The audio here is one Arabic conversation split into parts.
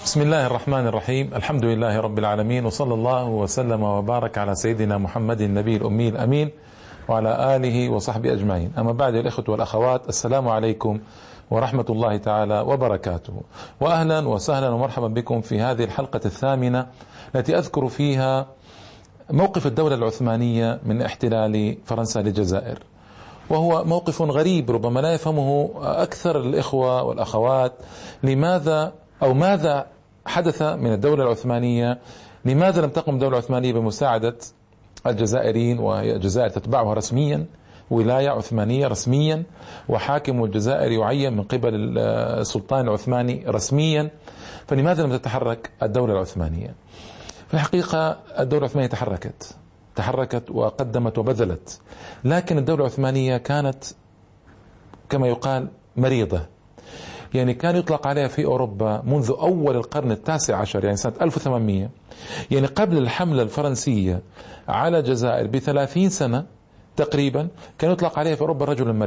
بسم الله الرحمن الرحيم. الحمد لله رب العالمين، وصلى الله وسلم وبارك على سيدنا محمد النبي الأمي الأمين وعلى آله وصحبه أجمعين. أما بعد، يا الإخوة والأخوات، السلام عليكم ورحمة الله تعالى وبركاته، وأهلا وسهلا ومرحبا بكم في هذه الحلقة الثامنة التي أذكر فيها موقف الدولة العثمانية من احتلال فرنسا للجزائر، وهو موقف غريب ربما لا يفهمه أكثر الإخوة والأخوات. لماذا أو ماذا حدث من الدولة العثمانية؟ لماذا لم تقم الدولة العثمانية بمساعدة الجزائريين، وهي الجزائر تتبعها رسميا، ولاية عثمانية رسميا، وحاكم الجزائر يعين من قبل السلطان العثماني رسميا، فلماذا لم تتحرك الدولة العثمانية؟ في الحقيقة الدولة العثمانية تحركت وقدمت وبذلت، لكن الدولة العثمانية كانت كما يقال مريضة. يعني كان يطلق عليها في أوروبا منذ أول القرن التاسع عشر، يعني سنة 1800، يعني قبل الحملة الفرنسية على الجزائر ب30 سنة تقريبا، كان يطلق عليها في أوروبا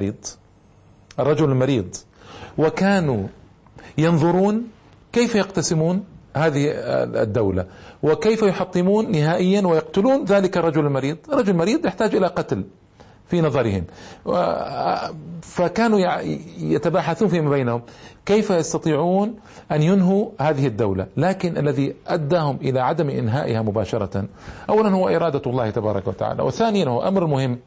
الرجل المريض. وكانوا ينظرون كيف يقتسمون هذه الدولة، وكيف يحطمون نهائيا ويقتلون ذلك الرجل المريض. الرجل المريض يحتاج إلى قتل في نظرهم، فكانوا يتباحثون فيما بينهم كيف يستطيعون أن ينهوا هذه الدولة. لكن الذي أداهم إلى عدم إنهائها مباشرة أولا هو إرادة الله تبارك وتعالى، وثانيا هو أمر مهم،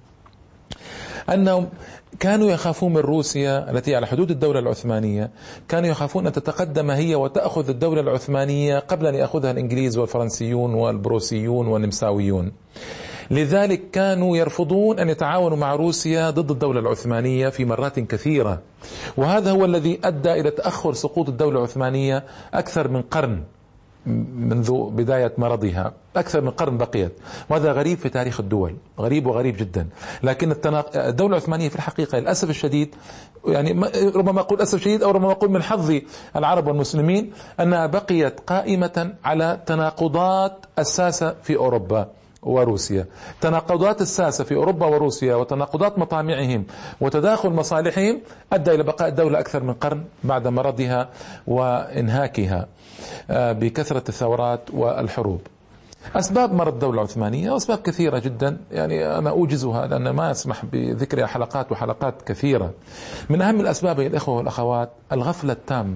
أنهم كانوا يخافون من روسيا التي على حدود الدولة العثمانية، كانوا يخافون أن تتقدم هي وتأخذ الدولة العثمانية قبل أن يأخذها الإنجليز والفرنسيون والبروسيون والنمساويون. لذلك كانوا يرفضون أن يتعاونوا مع روسيا ضد الدولة العثمانية في مرات كثيرة، وهذا هو الذي أدى إلى تأخر سقوط الدولة العثمانية أكثر من قرن منذ بداية مرضها، أكثر من قرن بقيت، وهذا غريب في تاريخ الدول، وغريب جدا. لكن الدولة العثمانية في الحقيقة للأسف الشديد، يعني ربما أقول أسف شديد أو ربما أقول من حظ العرب والمسلمين، أنها بقيت قائمة على تناقضات الساسة في أوروبا وروسيا، تناقضات الساسة في أوروبا وروسيا، وتناقضات مطامعهم وتداخل مصالحهم، أدى إلى بقاء الدولة أكثر من قرن بعد مرضها وإنهاكها بكثرة الثورات والحروب. أسباب مرض الدولة العثمانية أسباب كثيرة جدا، يعني أنا أوجزها لأن ما أسمح بذكرها حلقات وحلقات كثيرة. من أهم الأسباب يا الإخوة والأخوات الغفلة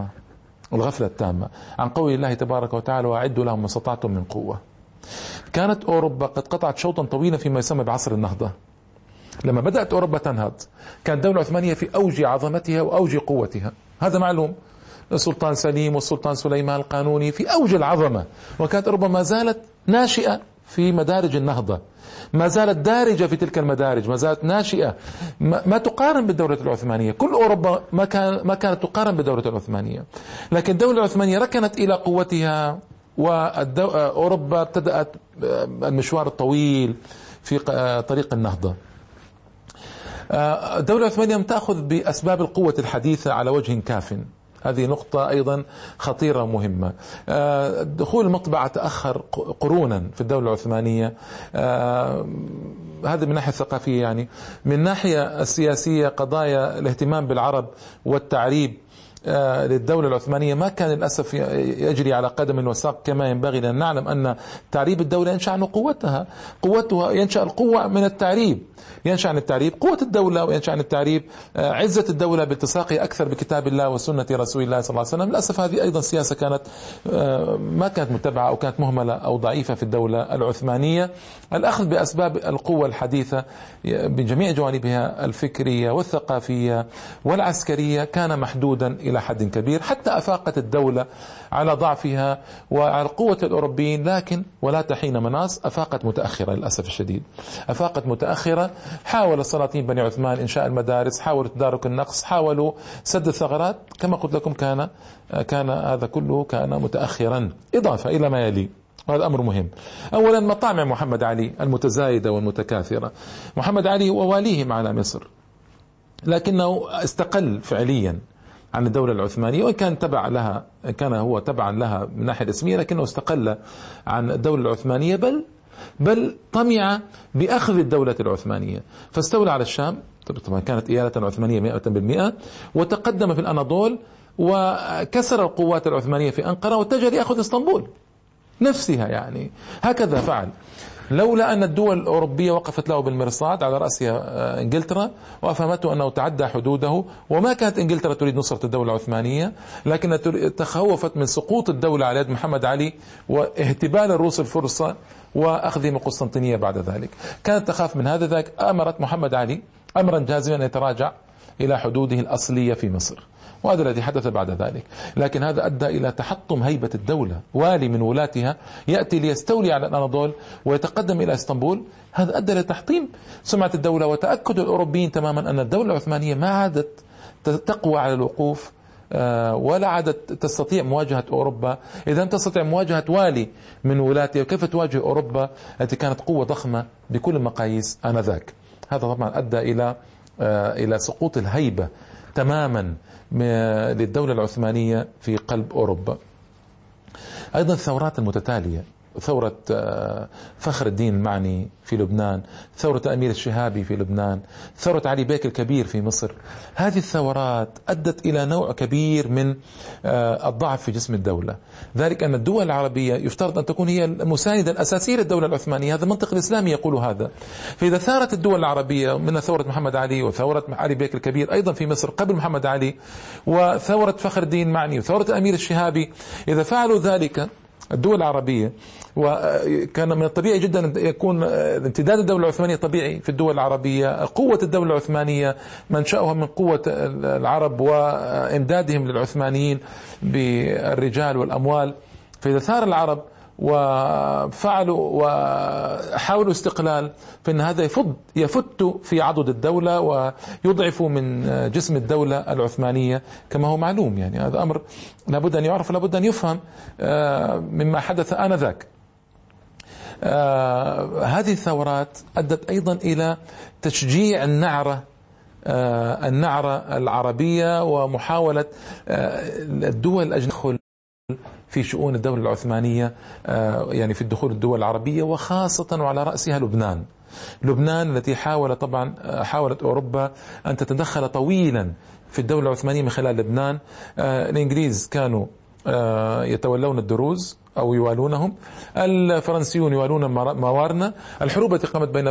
التامة عن قول الله تبارك وتعالى: وأعدوا لهم ما استطعتم من قوة. كانت أوروبا قد قطعت شوطا طويلا فيما يسمى بعصر النهضة. لما بدأت أوروبا تنهض كانت الدولة العثمانية في أوج عظمتها وأوج قوتها، هذا معلوم. السلطان سليم والسلطان سليمان القانوني في أوج العظمة، وكانت أوروبا ما زالت ناشئة في مدارج النهضة، ما زالت دارجة في تلك المدارج، ما زالت ناشئة، ما تقارن بالدولة العثمانية. كل أوروبا ما كانت تقارن بالدولة العثمانية، لكن الدولة العثمانية ركنت إلى قوتها، وأوروبا ابتدأت المشوار الطويل في طريق النهضة. الدولة العثمانية لم تأخذ بأسباب القوة الحديثة على وجه كاف، هذه نقطة أيضا خطيرة ومهمة. دخول المطبعة تأخر قرونا في الدولة العثمانية، هذا من الناحية الثقافية. يعني من الناحية السياسية قضايا الاهتمام بالعرب والتعريب للدولة العثمانية ما كان للأسف يجري على قدم وساق كما ينبغي، لأن نعلم أن تعريب الدولة ينشأ عن قوتها ينشأ القوة من التعريب، ينشأ عن التعريب قوة الدولة، وينشأ عن التعريب عزة الدولة بالتصاقها أكثر بكتاب الله وسنة رسول الله صلى الله عليه وسلم. للأسف هذه أيضا سياسة كانت ما كانت متبعة أو كانت مهملة أو ضعيفة في الدولة العثمانية. الأخذ بأسباب القوة الحديثة بجميع جوانبها الفكرية والثقافية والعسكرية كان محدودا إلى حد كبير، حتى أفاقت الدولة على ضعفها وعلى قوة الأوروبيين، لكن ولا تحين مناص أفاقت متأخرة للأسف الشديد، أفاقت متأخرة. حاول السلاطين بني عثمان إنشاء المدارس، حاولوا تدارك النقص، حاولوا سد الثغرات، كما قلت لكم كان هذا كله كان متأخرا. إضافة إلى ما يلي، وهذا أمر مهم. أولا مطامع محمد علي المتزايدة والمتكاثرة. محمد علي وواليهم على مصر، لكنه استقل فعليا عن الدولة العثمانية، وإن كان هو تبعا لها من الناحية الاسمية، لكنه استقل عن الدولة العثمانية، بل طمع بأخذ الدولة العثمانية، فاستولى على الشام، طبعا كانت إيالة عثمانية 100%، وتقدم في الأناضول وكسر القوات العثمانية في أنقرة واتجه ليأخذ اسطنبول نفسها، يعني هكذا فعل. لولا أن الدول الأوروبية وقفت له بالمرصاد على رأسها إنجلترا وأفهمته أنه تعدى حدوده، وما كانت إنجلترا تريد نصرة الدولة العثمانية، لكن تخوفت من سقوط الدولة على يد محمد علي واهتبال الروس الفرصة وأخذهم القسطنطينية بعد ذلك. كانت تخاف من هذا، ذلك أمرت محمد علي أمرا جازما أن يتراجع إلى حدوده الأصلية في مصر، وهذا الذي حدث بعد ذلك. لكن هذا أدى إلى تحطم هيبة الدولة، والي من ولاتها يأتي ليستولي على الأناضول ويتقدم إلى اسطنبول، هذا أدى لتحطيم سمعة الدولة، وتأكد الأوروبيين تماما أن الدولة العثمانية ما عادت تقوى على الوقوف ولا عادت تستطيع مواجهة أوروبا. إذا لم تستطيع مواجهة والي من ولاتها، وكيف تواجه أوروبا التي كانت قوة ضخمة بكل المقاييس آنذاك؟ هذا طبعا أدى إلى سقوط الهيبة تماما للدولة العثمانية في قلب أوروبا. أيضا الثورات المتتالية، ثورة فخر الدين المعني في لبنان، ثورة الأمير الشهابي في لبنان، ثورة علي بيك الكبير في مصر، هذه الثورات أدت إلى نوع كبير من الضعف في جسم الدولة. ذلك أن الدول العربية يفترض أن تكون هي المساندة الأساسية للدولة العثمانية، هذا المنطق الإسلامي يقول هذا. فإذا ثارت الدول العربية من ثورة محمد علي وثورة علي بيك الكبير أيضا في مصر قبل محمد علي، وثورة فخر الدين المعني وثورة الأمير الشهابي، إذا فعلوا ذلك الدول العربية، وكان من الطبيعي جدا أن يكون امتداد الدولة العثمانية طبيعي في الدول العربية، قوة الدولة العثمانية منشأها من قوة العرب وإمدادهم للعثمانيين بالرجال والأموال. فإذا ثار العرب وفعلوا وحاولوا استقلال، فإن هذا يفت في عضد الدولة ويضعف من جسم الدولة العثمانية كما هو معلوم. يعني هذا أمر لابد أن يعرف، لابد أن يفهم مما حدث آنذاك. هذه الثورات أدت أيضا إلى تشجيع النعرة العربية ومحاولة الدول الأجنبية في شؤون الدولة العثمانية، يعني في الدخول الدول العربية، وخاصة وعلى رأسها لبنان التي حاولت أوروبا أن تتدخل طويلا في الدولة العثمانية من خلال لبنان. الإنجليز كانوا يتولون الدروز أو يوالونهم، الفرنسيون يوالون موارنة. الحروب التي قامت بين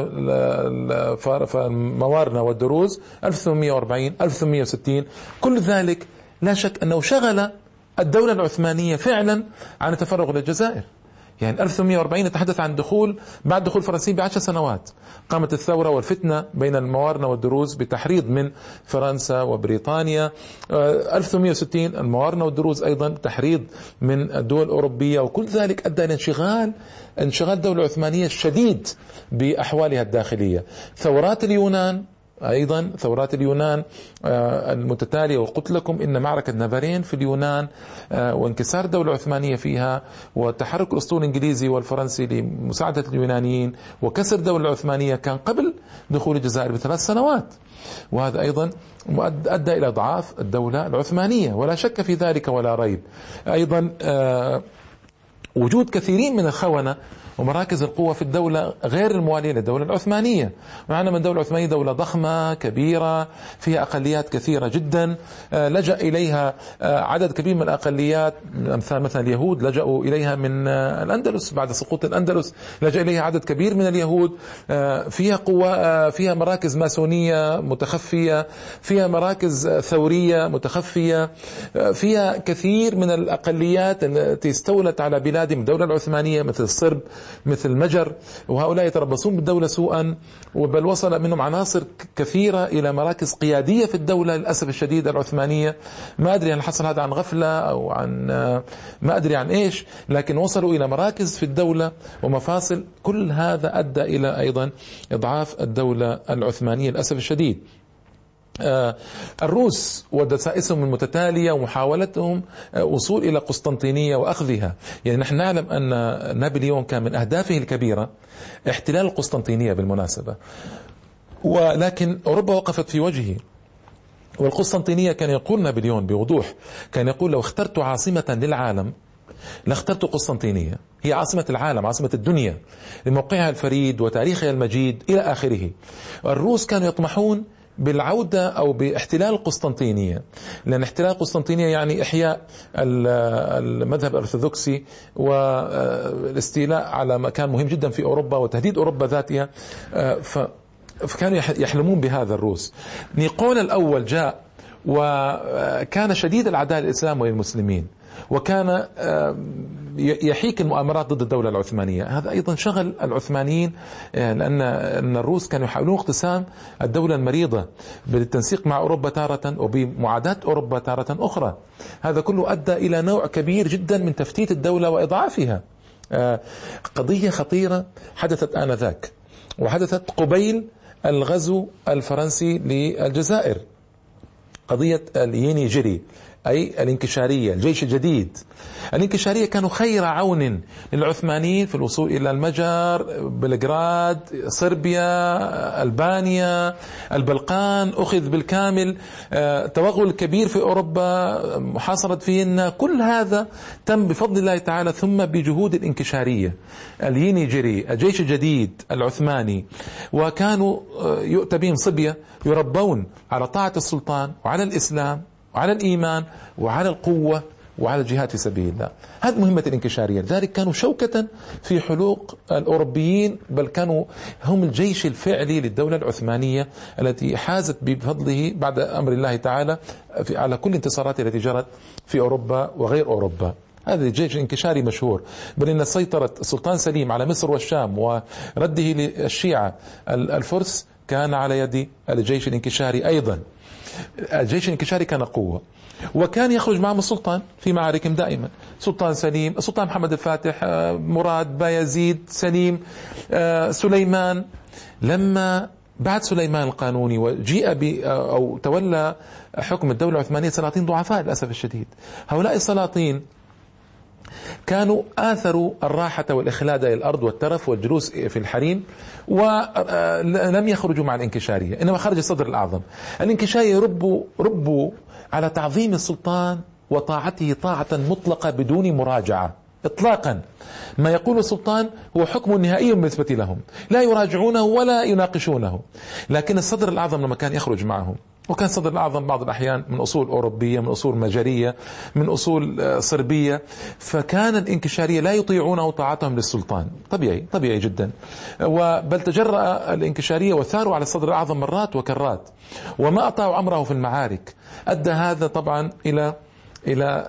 موارنة والدروز 1840 1860 كل ذلك لا شك أنه شغل الدولة العثمانية فعلا عن التفرغ للجزائر. يعني 1840 نتحدث عن بعد دخول الفرنسيين ب10 سنوات قامت الثورة والفتنة بين الموارنة والدروز بتحريض من فرنسا وبريطانيا. 1860 الموارنة والدروز أيضا تحريض من الدول الأوروبية، وكل ذلك أدى إلى انشغال الدولة العثمانية الشديد بأحوالها الداخلية. ثورات اليونان أيضا، ثورات اليونان المتتالية، وقلت لكم إن معركة نافارين في اليونان وانكسار الدولة العثمانية فيها وتحرك الأسطول الإنجليزي والفرنسي لمساعدة اليونانيين وكسر الدولة العثمانية كان قبل دخول الجزائر ب3 سنوات، وهذا أيضا أدى إلى إضعاف الدولة العثمانية ولا شك في ذلك ولا ريب. أيضا وجود كثيرين من الخونة ومراكز القوة في الدولة غير الموالية للدولة العثمانية. معنا من الدولة العثمانية دولة ضخمة كبيرة فيها أقليات كثيرة جدا، لجأ إليها عدد كبير من الأقليات، مثلا اليهود لجأوا إليها من الأندلس بعد سقوط الأندلس، لجأ إليها عدد كبير من اليهود. فيها قوة، فيها مراكز ماسونية متخفية، فيها مراكز ثورية متخفية، فيها كثير من الأقليات التي استولت على بلادهم الدولة العثمانية مثل الصرب مثل المجر، وهؤلاء يتربصون بالدولة سوءا، بل وصل منهم عناصر كثيرة إلى مراكز قيادية في الدولة للأسف الشديد العثمانية. ما أدري هل حصل هذا عن غفلة أو عن ما أدري عن إيش، لكن وصلوا إلى مراكز في الدولة ومفاصل. كل هذا أدى إلى أيضا إضعاف الدولة العثمانية للأسف الشديد. الروس ودسائسهم المتتالية ومحاولتهم وصول إلى قسطنطينية وأخذها. يعني نحن نعلم أن نابليون كان من أهدافه الكبيرة احتلال القسطنطينية بالمناسبة، ولكن أوروبا وقفت في وجهه. والقسطنطينية كان يقول نابليون بوضوح، كان يقول لو اخترت عاصمة للعالم لاخترت قسطنطينية، هي عاصمة العالم، عاصمة الدنيا لموقعها الفريد وتاريخها المجيد إلى آخره. الروس كانوا يطمحون بالعودة أو باحتلال القسطنطينية، لأن احتلال القسطنطينية يعني إحياء المذهب الأرثوذكسي والاستيلاء على مكان مهم جدا في أوروبا وتهديد أوروبا ذاتها. فكانوا يحلمون بهذا الروس. نيقون الأول جاء وكان شديد العداء للإسلام وللمسلمين، وكان يحيك المؤامرات ضد الدولة العثمانية. هذا أيضا شغل العثمانيين، لأن الروس كانوا يحاولون اقتسام الدولة المريضة بالتنسيق مع أوروبا تارة وبمعاداة أوروبا تارة أخرى. هذا كله أدى إلى نوع كبير جدا من تفتيت الدولة وإضعافها. قضية خطيرة حدثت آنذاك، وحدثت قبيل الغزو الفرنسي للجزائر، قضية الييني جيري، أي الانكشارية، الجيش الجديد. الانكشارية كانوا خير عون للعثمانيين في الوصول إلى المجر، بلغراد، صربيا، ألبانيا، البلقان أخذ بالكامل، توغل كبير في أوروبا، محاصرة فيينا، كل هذا تم بفضل الله تعالى ثم بجهود الانكشارية. الييني جيري، الجيش الجديد العثماني، وكانوا يؤتى بهم صبية يربون على طاعة السلطان وعلى الإسلام وعلى الإيمان وعلى القوة وعلى الجهاد في سبيل الله. هذه مهمة الانكشارية. لذلك كانوا شوكة في حلوق الأوروبيين، بل كانوا هم الجيش الفعلي للدولة العثمانية التي حازت بفضله بعد أمر الله تعالى على كل الانتصارات التي جرت في أوروبا وغير أوروبا. هذا الجيش الانكشاري مشهور، بل إن سيطرة السلطان سليم على مصر والشام ورده للشيعة الفرس كان على يد الجيش الانكشاري أيضا. الجيش الانكشاري كان قوة، وكان يخرج معهم السلطان في معاركهم دائما. سلطان سليم، السلطان محمد الفاتح، مراد، بايزيد، سليم، سليمان. لما بعد سليمان القانوني وجيء أو تولى حكم الدولة العثمانية سلاطين ضعفاء للأسف الشديد. هؤلاء السلاطين كانوا آثروا الراحة والإخلاد إلى الأرض والترف والجلوس في الحريم، ولم يخرجوا مع الانكشارية، إنما خرج الصدر الأعظم. الانكشارية ربوا على تعظيم السلطان وطاعته طاعة مطلقة بدون مراجعة إطلاقا. ما يقول السلطان هو حكم نهائي بالنسبة لهم، لا يراجعونه ولا يناقشونه. لكن الصدر الأعظم لما كان يخرج معهم، وكان الصدر الأعظم بعض الأحيان من أصول أوروبية، من أصول مجرية، من أصول صربية، فكان الانكشارية لا يطيعونه طاعتهم للسلطان. طبيعي جدا. بل تجرأ الانكشارية وثاروا على الصدر الأعظم مرات وكرات، وما أطاعوا أمره في المعارك. أدى هذا طبعا إلى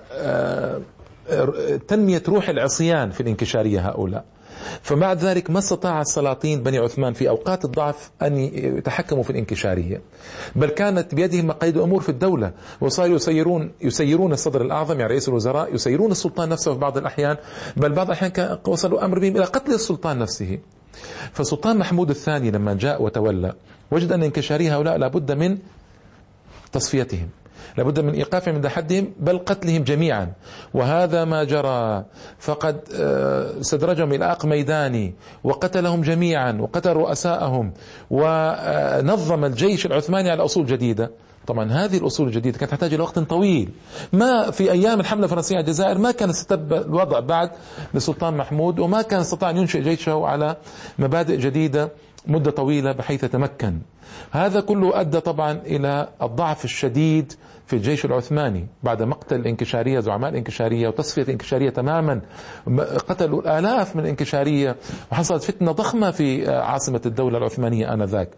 تنمية روح العصيان في الانكشارية هؤلاء. فبعد ذلك ما استطاع السلاطين بني عثمان في أوقات الضعف أن يتحكموا في الانكشارية، بل كانت بيدهم مقاييد أمور في الدولة، وصاروا يسيرون الصدر الأعظم يعني رئيس الوزراء، يسيرون السلطان نفسه في بعض الأحيان، بل بعض الأحيان وصلوا أمر بهم إلى قتل السلطان نفسه. فسلطان محمود الثاني لما جاء وتولى وجد أن انكشاري هؤلاء لابد من تصفيتهم، لابد من إيقافهم عند حدهم، بل قتلهم جميعا. وهذا ما جرى، فقد استدرجهم إلى أق ميداني وقتلهم جميعا وقتل رؤساءهم، ونظم الجيش العثماني على أصول جديدة. طبعا هذه الأصول الجديدة كانت تحتاج إلى وقت طويل. ما في أيام الحملة الفرنسية على الجزائر ما كان استتب الوضع بعد للسلطان محمود، وما كان استطاع أن ينشئ جيشه على مبادئ جديدة مدة طويلة بحيث يتمكن. هذا كله أدى طبعا إلى الضعف الشديد في الجيش العثماني بعد مقتل الانكشارية، زعماء الانكشارية، وتصفية الانكشارية تماما. قتلوا الآلاف من الانكشارية، وحصلت فتنة ضخمة في عاصمة الدولة العثمانية آنذاك،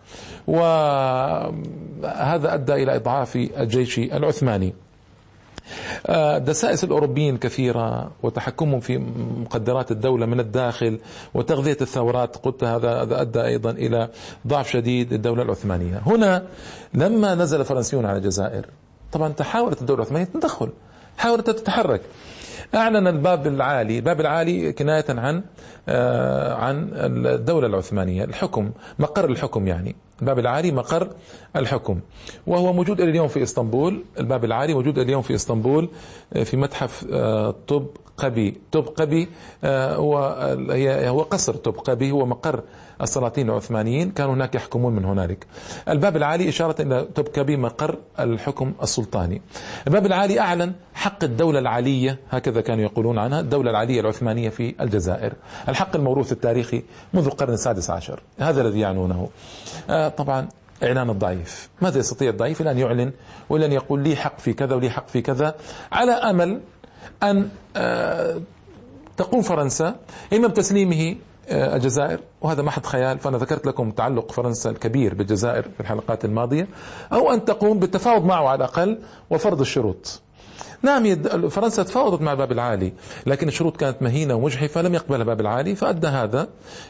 وهذا أدى إلى إضعاف الجيش العثماني. دسائس الأوروبيين كثيرة، وتحكمهم في مقدرات الدولة من الداخل، وتغذية الثورات، قلت هذا أدى أيضا إلى ضعف شديد للدولة العثمانية. هنا لما نزل الفرنسيون على الجزائر، طبعا تحاولت الدولة العثمانية تدخل، حاولت تتحرك. أعلن الباب العالي كناية عن الدولة العثمانية، الحكم، مقر الحكم، يعني الباب العالي مقر الحكم، وهو موجود اليوم في إسطنبول. الباب العالي موجود اليوم في إسطنبول في متحف طوبقبي. هو قصر طوبقبي، هو مقر السلاطين العثمانيين، كانوا هناك يحكمون من هنالك. الباب العالي إشارة إلى طوبقبي مقر الحكم السلطاني. الباب العالي أعلن حق الدولة العالية، هكذا كانوا يقولون عنها، الدولة العالية العثمانية في الجزائر، الحق الموروث التاريخي منذ القرن السادس عشر، هذا الذي يعنونه. طبعا إعلان الضعيف. ماذا يستطيع الضعيف؟ الآن يعلن ولن يقول لي حق في كذا ولي حق في كذا، على أمل أن تقوم فرنسا إما بتسليمه الجزائر، وهذا محض خيال، فأنا ذكرت لكم تعلق فرنسا الكبير بالجزائر في الحلقات الماضية، أو أن تقوم بالتفاوض معه على الأقل وفرض الشروط. نعم، فرنسا تفاوضت مع باب العالي، لكن الشروط كانت مهينة ومجحفة، لم يقبلها باب العالي، فأدى هذا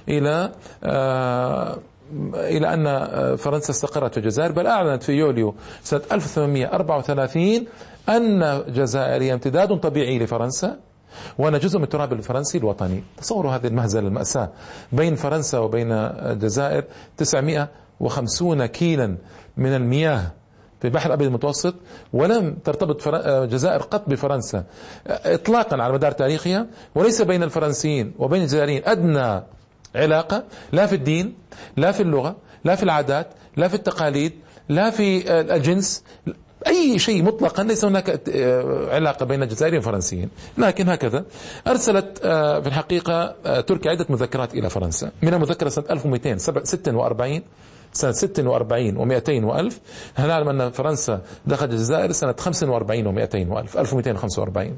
إلى أن فرنسا استقرت في الجزائر، بل أعلنت في يوليو سنة 1834 أن الجزائر هي امتداد طبيعي لفرنسا وأنا جزء من التراب الفرنسي الوطني. تصوروا هذه المهزلة، المأساة بين فرنسا وبين الجزائر 950 كيلا من المياه في البحر الأبيض المتوسط، ولم ترتبط الجزائر قط بفرنسا إطلاقا على مدار تاريخها، وليس بين الفرنسيين وبين الجزائريين أدنى علاقة، لا في الدين، لا في اللغة، لا في العادات، لا في التقاليد، لا في الجنس، أي شيء مطلقا. ليس هناك علاقة بين الجزائريين والفرنسيين. لكن هكذا أرسلت في الحقيقة تركيا عدة مذكرات إلى فرنسا، منها مذكرة سنة 1246 سنة 46 و200 وألف. نعلم أن فرنسا دخلت الجزائر سنة 45 و200 وألف، 1245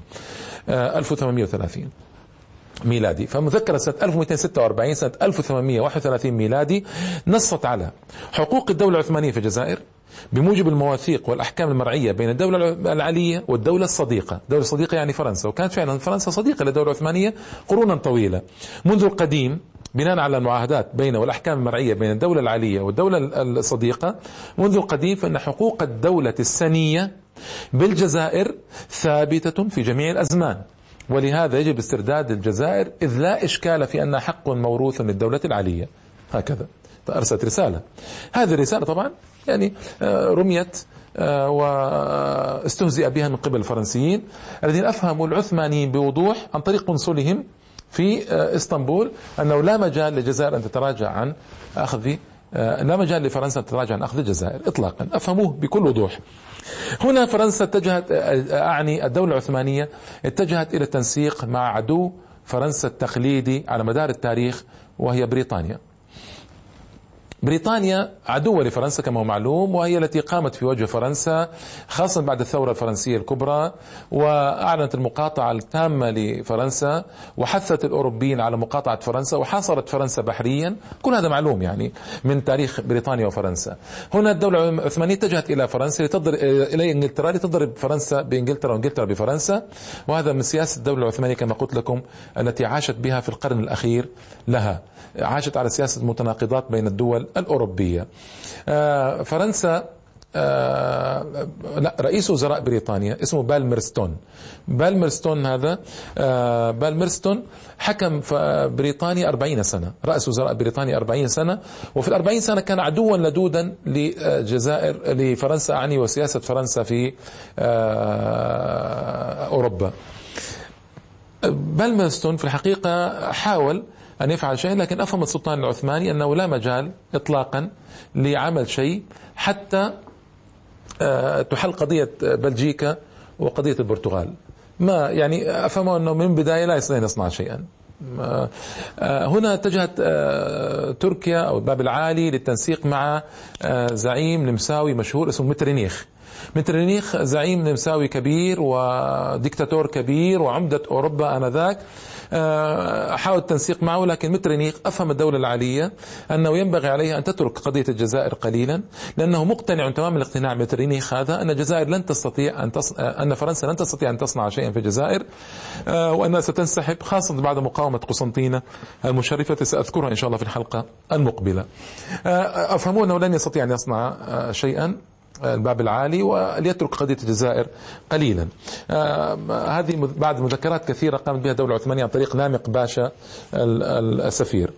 1830 ميلادي. فمذكرة سنة 1246 سنة 1831 ميلادي نصت على حقوق الدولة العثمانية في الجزائر بموجب المواثيق والأحكام المرعية بين الدولة العلية والدولة الصديقة. الدولة الصديقة يعني فرنسا، وكانت فعلا فرنسا صديقة للدولة العثمانية قرونا طويلة منذ القديم، بناء على المعاهدات بين والأحكام المرعية بين الدولة العلية والدولة الصديقة منذ القديم، فإن حقوق الدولة السنية بالجزائر ثابتة في جميع الأزمان، ولهذا يجب استرداد الجزائر إذ لا إشكال في أنها حق موروث للدولة العلية. هكذا أرسلت رسالة. هذه الرسالة طبعا يعني رميت واستهزئ بها من قبل الفرنسيين الذين أفهموا العثمانيين بوضوح عن طريق قنصلهم في اسطنبول أنه لا مجال للجزائر أن تتراجع عن أخذ، لا مجال لفرنسا أن تتراجع عن أخذ الجزائر إطلاقا، أفهموه بكل وضوح. هنا فرنسا اتجهت، أعني الدولة العثمانية اتجهت إلى التنسيق مع عدو فرنسا التقليدي على مدار التاريخ، وهي بريطانيا. بريطانيا عدوة لفرنسا كما هو معلوم، وهي التي قامت في وجه فرنسا خاصة بعد الثورة الفرنسية الكبرى، وأعلنت المقاطعة التامة لفرنسا، وحثت الأوروبيين على مقاطعة فرنسا، وحاصرت فرنسا بحريا. كل هذا معلوم يعني من تاريخ بريطانيا وفرنسا. هنا الدولة العثمانية اتجهت إلى فرنسا إلى إنجلترا لتضرب فرنسا بإنجلترا وإنجلترا بفرنسا، وهذا من سياسة الدولة العثمانية كما قلت لكم التي عاشت بها في القرن الأخير لها، عاشت على سياسة متناقضات بين الدول الأوروبية. فرنسا لا، رئيس وزراء بريطانيا اسمه بالمرستون. بالمرستون هذا بالمرستون حكم بريطانيا 40 سنة، رئيس وزراء بريطانيا 40 سنة، وفي 40 سنة كان عدوا لدودا للجزائر لفرنسا أعني وسياسة فرنسا في أوروبا. بالمرستون في الحقيقة حاول أن يفعل شيء، لكن أفهم السلطان العثماني أنه لا مجال إطلاقا لعمل شيء حتى تحل قضية بلجيكا وقضية البرتغال. ما يعني أفهموا أنه من بداية لا يستطيع أن يصنع شيئا. هنا اتجهت تركيا أو باب العالي للتنسيق مع زعيم نمساوي مشهور اسمه مترينيخ. مترينيخ زعيم نمساوي كبير وديكتاتور كبير وعمدة أوروبا آنذاك. حاول التنسيق معه، لكن مترينيخ أفهم الدولة العالية أنه ينبغي عليها أن تترك قضية الجزائر قليلا، لأنه مقتنع تمام الاقتناع مترينيخ هذا أن الجزائر لن تستطيع أن فرنسا لن تستطيع أن تصنع شيئا في الجزائر، وأنها ستنسحب خاصة بعد مقاومة قسنطينة المشرفة سأذكرها إن شاء الله في الحلقة المقبلة. أفهموا أنه لن يستطيع أن يصنع شيئا الباب العالي وليترك قضية الجزائر قليلا. هذه بعد مذكرات كثيرة قامت بها الدولة العثمانية عن طريق نامق باشا السفير.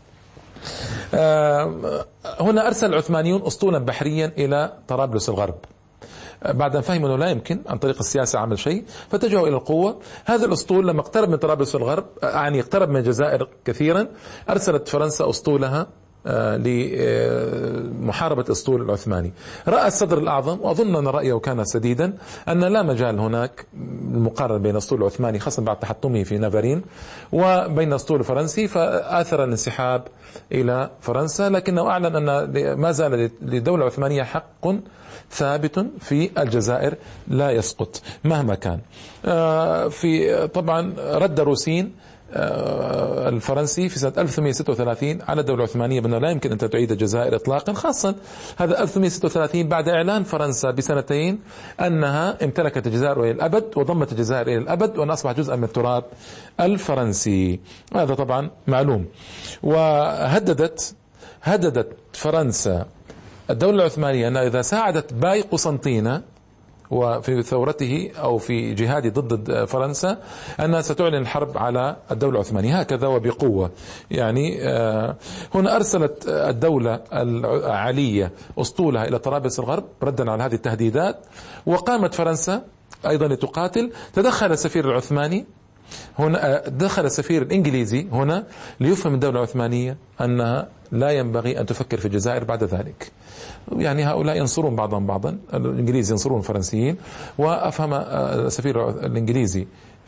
هنا أرسل العثمانيون أسطولا بحريا إلى طرابلس الغرب بعد أن فهموا أنه لا يمكن عن طريق السياسة عمل شيء، فاتجهوا إلى القوة. هذا الأسطول لما اقترب من طرابلس الغرب، يعني اقترب من الجزائر كثيرا، أرسلت فرنسا أسطولها لمحاربة الأسطول العثماني. رأى الصدر الأعظم، وأظن أن رأيه كان سديدا، أن لا مجال هناك المقارنة بين الأسطول العثماني خاصة بعد تحطمه في نافارين وبين الأسطول الفرنسي، فآثر الانسحاب إلى فرنسا، لكنه أعلن أن ما زال للدولة العثمانية حق ثابت في الجزائر لا يسقط مهما كان. في طبعا رد روسين الفرنسي في سنة 1836 على الدولة العثمانية بأنه لا يمكن أن تعيد الجزائر إطلاقا، خاصة هذا 1836 بعد إعلان فرنسا بسنتين أنها امتلكت الجزائر إلى الأبد وضمت الجزائر إلى الأبد وأن أصبح جزءا من التراب الفرنسي. هذا طبعا معلوم. وهددت فرنسا الدولة العثمانية أن إذا ساعدت باي قسنطينة وفي ثورته أو في جهاده ضد فرنسا أنها ستعلن الحرب على الدولة العثمانية، هكذا وبقوة. يعني هنا أرسلت الدولة العلية أسطولها إلى طرابلس الغرب ردا على هذه التهديدات، وقامت فرنسا أيضا لتقاتل. تدخل السفير العثماني هنا، دخل السفير الإنجليزي هنا ليفهم الدولة العثمانية أنها لا ينبغي أن تفكر في الجزائر بعد ذلك. يعني هؤلاء ينصرون بعضهم بعضا، الإنجليز ينصرون الفرنسيين. وأفهم السفير الإنجليزي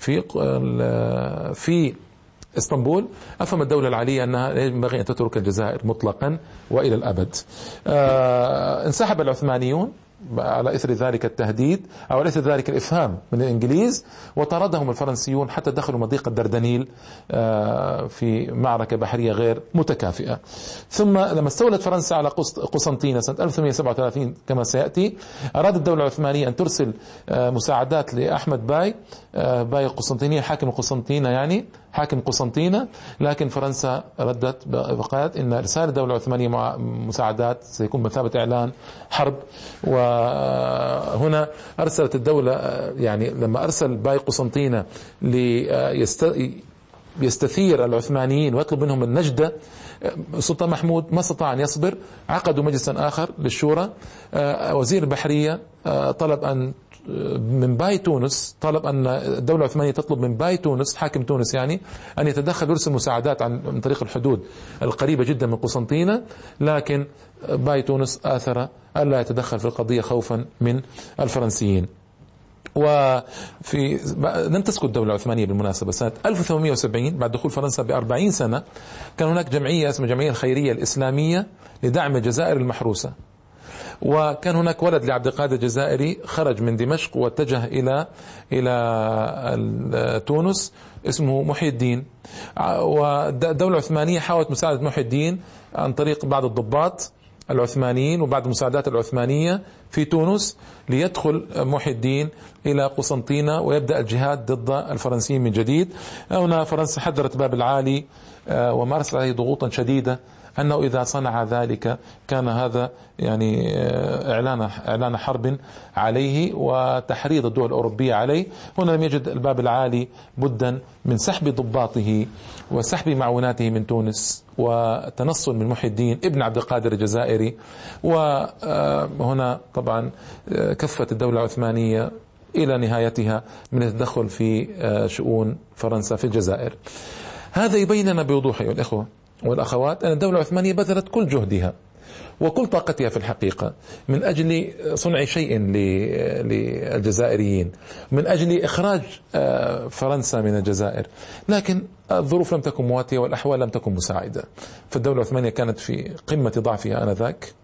في اسطنبول، أفهم الدولة العلية أنها ينبغي أن تترك الجزائر مطلقا وإلى الأبد. انسحب العثمانيون على إثر ذلك التهديد أو على إثر ذلك الإفهام من الإنجليز، وطردهم الفرنسيون حتى دخلوا مضيق الدردنيل في معركة بحرية غير متكافئة. ثم لما استولت فرنسا على قسنطينة سنة 1837 كما سيأتي، أرادت الدولة العثمانية أن ترسل مساعدات لأحمد باي القسنطينية، حاكم القسنطينة، يعني حاكم قسنطينة، لكن فرنسا ردت وقالت إن إرسال الدولة العثمانية مع مساعدات سيكون بمثابة إعلان حرب. وهنا أرسلت الدولة، يعني لما أرسل باي قسنطينة ليستثير العثمانيين ويطلب منهم النجدة، السلطان محمود ما استطاع أن يصبر، عقدوا مجلسا آخر للشورى. وزير البحرية طلب أن من باي تونس، طلب أن الدولة العثمانية تطلب من باي تونس حاكم تونس يعني أن يتدخل ويرسل مساعدات من طريق الحدود القريبة جدا من قسنطينة، لكن باي تونس آثر ألا يتدخل في القضية خوفا من الفرنسيين. لم تسقط الدولة العثمانية بالمناسبة. سنة 1870 بعد دخول فرنسا ب40 سنة كان هناك جمعية اسمها الجمعية الخيرية الإسلامية لدعم الجزائر المحروسة، وكان هناك ولد لعبد القادر الجزائري خرج من دمشق واتجه إلى تونس اسمه محي الدين، والدولة العثمانية حاولت مساعدة محي الدين عن طريق بعض الضباط العثمانيين وبعض المساعدات العثمانية في تونس ليدخل محي الدين إلى قسنطينة ويبدأ الجهاد ضد الفرنسيين من جديد. هنا فرنسا حذرت باب العالي ومارست عليه ضغوطا شديدة أنه إذا صنع ذلك كان هذا يعني إعلان حرب عليه وتحريض الدول الأوروبية عليه. هنا لم يجد الباب العالي بدا من سحب ضباطه وسحب معوناته من تونس وتنصل من محي الدين ابن عبد القادر الجزائري. وهنا طبعا كفت الدولة العثمانية إلى نهايتها من التدخل في شؤون فرنسا في الجزائر. هذا يبين لنا بوضوح أيها الإخوة والأخوات أن الدولة العثمانية بذلت كل جهدها وكل طاقتها في الحقيقة من أجل صنع شيء للجزائريين، من أجل إخراج فرنسا من الجزائر، لكن الظروف لم تكن مواتية والأحوال لم تكن مساعدة. فالدولة العثمانية كانت في قمة ضعفها آنذاك،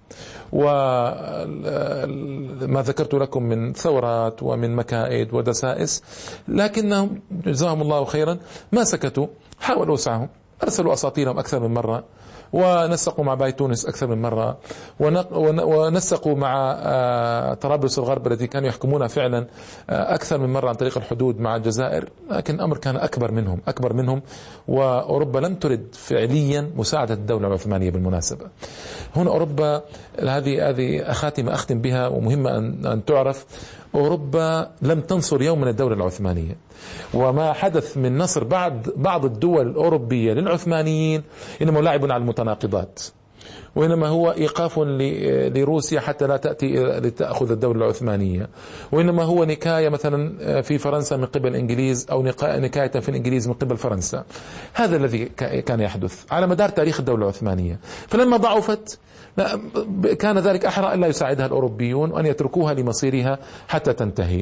وما ذكرت لكم من ثورات ومن مكائد ودسائس، لكنهم جزاهم الله خيرا ما سكتوا، حاولوا وسعهم، أرسلوا أساطيلهم أكثر من مرة، ونسقوا مع باي تونس أكثر من مرة، ونسقوا مع طرابلس الغرب الذي كانوا يحكمونها فعلا أكثر من مرة عن طريق الحدود مع الجزائر، لكن الأمر كان أكبر منهم. وأوروبا لم ترد فعليا مساعدة الدولة العثمانية. بالمناسبة هنا أوروبا، هذه خاتمة أختم بها ومهمة أن تعرف، أوروبا لم تنصر يوما الدولة العثمانية، وما حدث من نصر بعض الدول الأوروبية للعثمانيين إنما لاعب على المتناقضات. وإنما هو إيقاف لروسيا حتى لا تأتي لتأخذ الدولة العثمانية، وإنما هو نكاية مثلا في فرنسا من قبل الإنجليز، أو نكاية في الإنجليز من قبل فرنسا. هذا الذي كان يحدث على مدار تاريخ الدولة العثمانية. فلما ضعفت كان ذلك أحرى أن لا يساعدها الأوروبيون وأن يتركوها لمصيرها حتى تنتهي.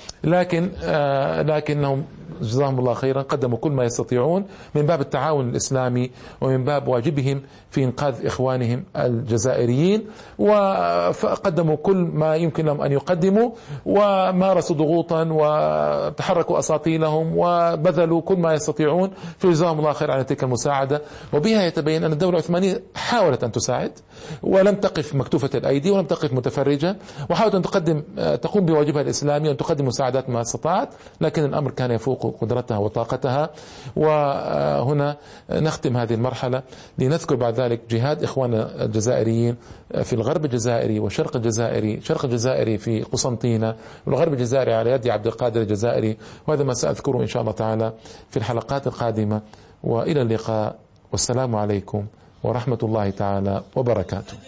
لكنهم جزاهم الله خيرا قدموا كل ما يستطيعون من باب التعاون الإسلامي ومن باب واجبهم في إنقاذ إخوانهم الجزائريين، وقدموا كل ما يمكن لهم أن يقدموا، ومارسوا ضغوطا وتحركوا أساطيلهم وبذلوا كل ما يستطيعون، فجزاهم الله خير على تلك المساعدة. وبها يتبين أن الدولة العثمانية حاولت أن تساعد ولم تقف مكتوفة الأيدي ولم تقف متفرجة، وحاولت أن تقوم بواجبها الإسلامي وأن تقدم مساعدات ما استطاعت، لكن الأمر كان يفوق قدرتها وطاقتها. وهنا نختم هذه المرحلة لنذكر بعد ذلك جهاد إخواننا الجزائريين في الغرب الجزائري والشرق الجزائري، شرق الجزائري في قسنطينة، والغرب الجزائري على يد عبد القادر الجزائري. وهذا ما سأذكره إن شاء الله تعالى في الحلقات القادمة. وإلى اللقاء، والسلام عليكم ورحمة الله تعالى وبركاته.